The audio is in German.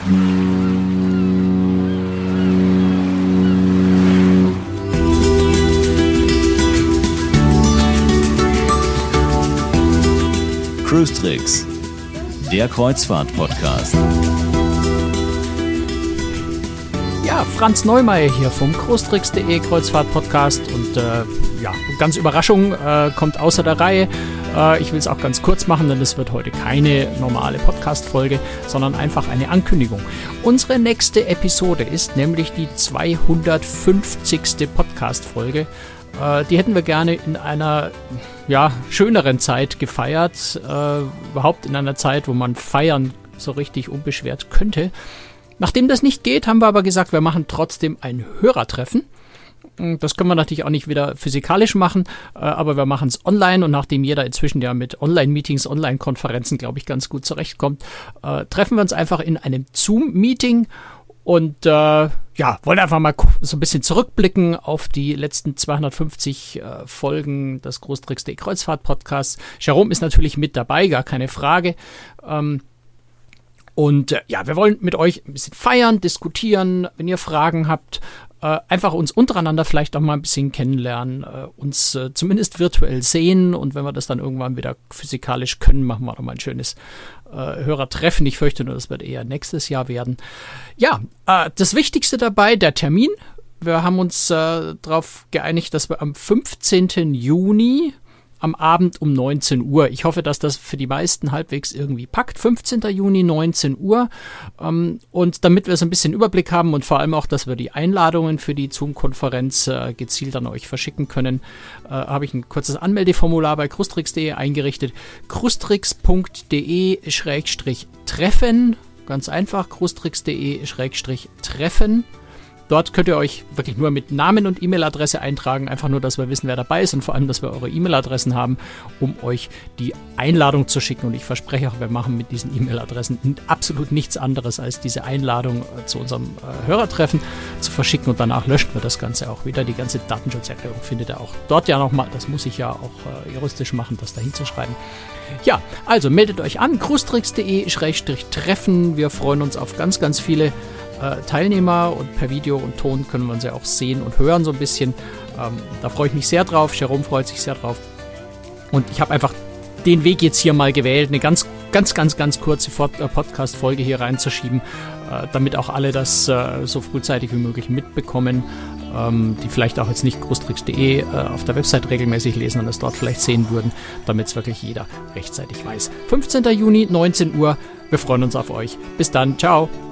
Cruise Tricks, der Kreuzfahrt-Podcast. Ja, Franz Neumeier hier vom cruisetricks.de Kreuzfahrt-Podcast und ganz Überraschung, kommt außer der Reihe. Ich will es auch ganz kurz machen, denn es wird heute keine normale Podcast-Folge, sondern einfach eine Ankündigung. Unsere nächste Episode ist nämlich die 250. Podcast-Folge. Die hätten wir gerne in einer schöneren Zeit gefeiert. Überhaupt in einer Zeit, wo man feiern so richtig unbeschwert könnte. Nachdem das nicht geht, haben wir aber gesagt, wir machen trotzdem ein Hörertreffen. Das können wir natürlich auch nicht wieder physikalisch machen, aber wir machen es online und nachdem jeder inzwischen ja mit Online-Meetings, Online-Konferenzen, glaube ich, ganz gut zurechtkommt, treffen wir uns einfach in einem Zoom-Meeting und wollen einfach mal so ein bisschen zurückblicken auf die letzten 250 Folgen des Cruisetricks.de Kreuzfahrt-Podcasts. Jerome ist natürlich mit dabei, gar keine Frage. Wir wollen mit euch ein bisschen feiern, diskutieren, wenn ihr Fragen habt, einfach uns untereinander vielleicht auch mal ein bisschen kennenlernen, uns zumindest virtuell sehen und wenn wir das dann irgendwann wieder physikalisch können, machen wir nochmal ein schönes Hörertreffen. Ich fürchte nur, das wird eher nächstes Jahr werden. Ja, das Wichtigste dabei, der Termin. Wir haben uns darauf geeinigt, dass wir am 15. Juni am Abend um 19 Uhr. Ich hoffe, dass das für die meisten halbwegs irgendwie packt. 15. Juni, 19 Uhr. Und damit wir so ein bisschen Überblick haben und vor allem auch, dass wir die Einladungen für die Zoom-Konferenz gezielt an euch verschicken können, habe ich ein kurzes Anmeldeformular bei cruisetricks.de eingerichtet. cruisetricks.de/treffen. Ganz einfach, cruisetricks.de/treffen. Dort könnt ihr euch wirklich nur mit Namen und E-Mail-Adresse eintragen, einfach nur, dass wir wissen, wer dabei ist und vor allem, dass wir eure E-Mail-Adressen haben, um euch die Einladung zu schicken. Und ich verspreche auch, wir machen mit diesen E-Mail-Adressen absolut nichts anderes, als diese Einladung zu unserem Hörertreffen zu verschicken und danach löschen wir das Ganze auch wieder. Die ganze Datenschutzerklärung findet ihr auch dort ja nochmal. Das muss ich ja auch juristisch machen, das da hinzuschreiben. Ja, also meldet euch an, cruisetricks.de/treffen. Wir freuen uns auf ganz, ganz viele Teilnehmer und per Video und Ton können wir uns ja auch sehen und hören so ein bisschen. Da freue ich mich sehr drauf. Jerome freut sich sehr drauf. Und ich habe einfach den Weg jetzt hier mal gewählt, eine ganz kurze Podcast-Folge hier reinzuschieben, damit auch alle das so frühzeitig wie möglich mitbekommen, die vielleicht auch jetzt nicht cruisetricks.de auf der Website regelmäßig lesen und es dort vielleicht sehen würden, damit es wirklich jeder rechtzeitig weiß. 15. Juni, 19 Uhr. Wir freuen uns auf euch. Bis dann. Ciao.